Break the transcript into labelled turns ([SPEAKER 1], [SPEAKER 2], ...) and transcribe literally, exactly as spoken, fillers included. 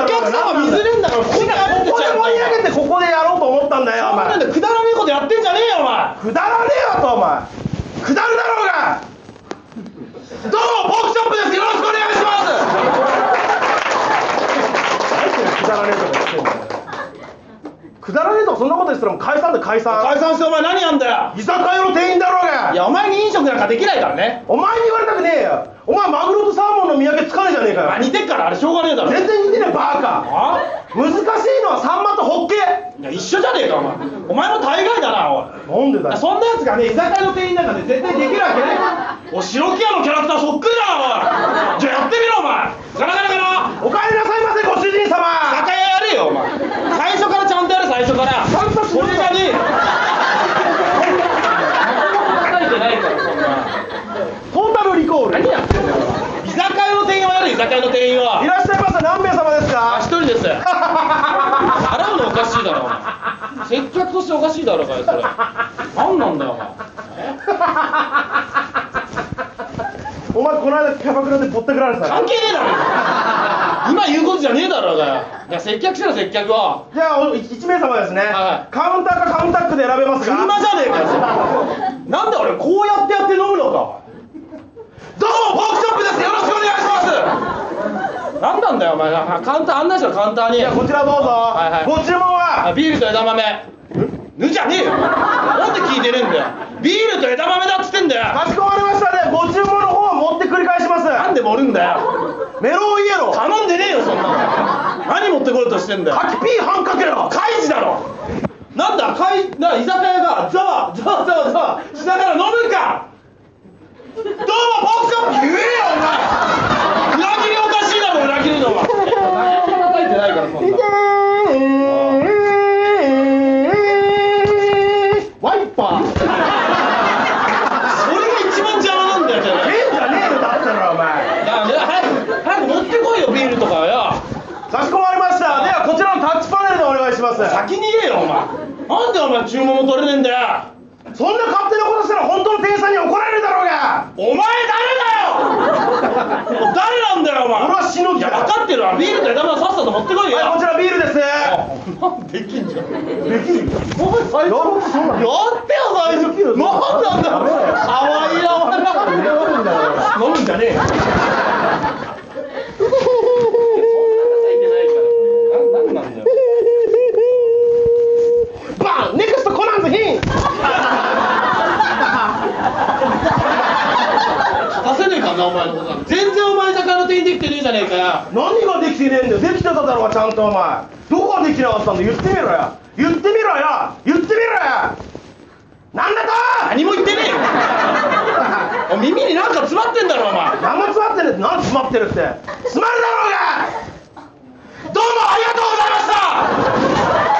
[SPEAKER 1] 客さんは水ねえんだから、ここで
[SPEAKER 2] ここで盛り上げてここでやろうと思ったんだよ。お前
[SPEAKER 1] くだらねえことやってんじゃねえよお前。
[SPEAKER 2] くだらねえよとお前。くだるだろうが。どうもポークチョップです。よろしくお願いします。くだらねえとか言ってんだよ。くだらねえとかそんなこと言ってたらもう解散だ解散。
[SPEAKER 1] 解散してお前何やんだよ。
[SPEAKER 2] 居酒屋の店員だろうが。
[SPEAKER 1] いやお前に飲食なんかできないからね。
[SPEAKER 2] お前に言われたくねえよ。お前マグロとサーモンの見分けつかねえじゃねえかよ。
[SPEAKER 1] 似てっからあれしょうがねえだろ。
[SPEAKER 2] 全然似てねえバーカ。難しいのはサンマとホッケ。
[SPEAKER 1] いや一緒じゃねえかお前。お前も大概だなおい。
[SPEAKER 2] なんでだよ。
[SPEAKER 1] そんなやつがね居酒屋の店員なんかね絶対できるわけねえ。お白木屋のキャラクターそっくりだなおい。じゃあやってみろお前。ガラガラガラ。
[SPEAKER 2] お帰りなさいませご主人様。
[SPEAKER 1] 居酒屋やれよお前。最初からちゃんとやれ最初から。
[SPEAKER 2] ちゃんとしろよ。
[SPEAKER 1] これじゃねえよ。書いてないからそんな。
[SPEAKER 2] トータルリコール。
[SPEAKER 1] 何やってんだよ。居酒屋の店員はやれ居酒屋の店員は。
[SPEAKER 2] いらっしゃいませ。何名様ですか。
[SPEAKER 1] 一人です。払うのおかしいだろお前。接客としておかしいだろうかよそれ。何なんだよお前。
[SPEAKER 2] お前この間キャバクラでぼったくられてた。
[SPEAKER 1] 関係ねえだろ今言うことじゃねえだろうがよ。いや接客しろ接客を。
[SPEAKER 2] じゃあいち名様ですね、
[SPEAKER 1] はい、
[SPEAKER 2] カウンターかカウンタックで選べますが。
[SPEAKER 1] 車じゃねえかよなんで俺こうやってやって飲むのか。
[SPEAKER 2] どうもポークチョップです。よろしくお願いします。
[SPEAKER 1] 何なんだよお前。カウンター案内しろカウンターに。
[SPEAKER 2] じゃあこちらどうぞ、
[SPEAKER 1] はいはい、
[SPEAKER 2] ご注文は
[SPEAKER 1] ビールと枝豆。ぬじゃねえよなんで聞いてねえんだよ。ビールと枝豆だっつってんだよ。
[SPEAKER 2] かしこまりましたね。ご注文の方を持って繰り返します。
[SPEAKER 1] なんで盛るんだよ。
[SPEAKER 2] メロンイエロー
[SPEAKER 1] 頼んでねえよそんなの。何持ってこようとしてんだよ。
[SPEAKER 2] カキピー半かけろ。
[SPEAKER 1] カイジだろ。なんだかいな居酒屋がざわざわざわざわしながら飲むか。どうもポークチョップ言えよお前。裏切りおかしいだろ裏切るのは。書いてないからそんな。
[SPEAKER 2] ワイパー。
[SPEAKER 1] それが一番邪魔なんだよじゃない。
[SPEAKER 2] 変じゃねえよだったらお前。
[SPEAKER 1] いやいや早く早く持ってこいよビールとかよ。
[SPEAKER 2] かしこまりました。ではこちらのタッチパネルでお願いします。
[SPEAKER 1] 先に言えよお前。なんでお前注文も取れねえんだよ。
[SPEAKER 2] そんな勝手なことしたら本当の店員さんに怒られるだろうが。
[SPEAKER 1] お前誰だよ誰なんだよお前。
[SPEAKER 2] 俺はしのぎだ。
[SPEAKER 1] いや分かってるわ。ビールと枝豆さっさと持ってこいよ。
[SPEAKER 2] はいこちらビールです。
[SPEAKER 1] できんじゃん。
[SPEAKER 2] できるよ。
[SPEAKER 1] 最初やってよ最初。なんなんだよ。かわいいなお前。飲むんじゃねえよ。なんなんだよ。
[SPEAKER 2] バンネクストコナンズヒン。
[SPEAKER 1] 勝たせねえかなお前のことなん。全然お前居酒屋の店員できてねえじゃねえかよ。
[SPEAKER 2] 何ができてねえんだよ。できてただろうがちゃんとお前。どこができなかったんだよ。言ってみろよ。言ってみろよ。言ってみろよ。なんだと。
[SPEAKER 1] 何も言ってねえよ。お耳になんか詰まってんだろお前。
[SPEAKER 2] 何も詰まってねえって。何詰まってるって。詰まるだろうが。どうもありがとうございました。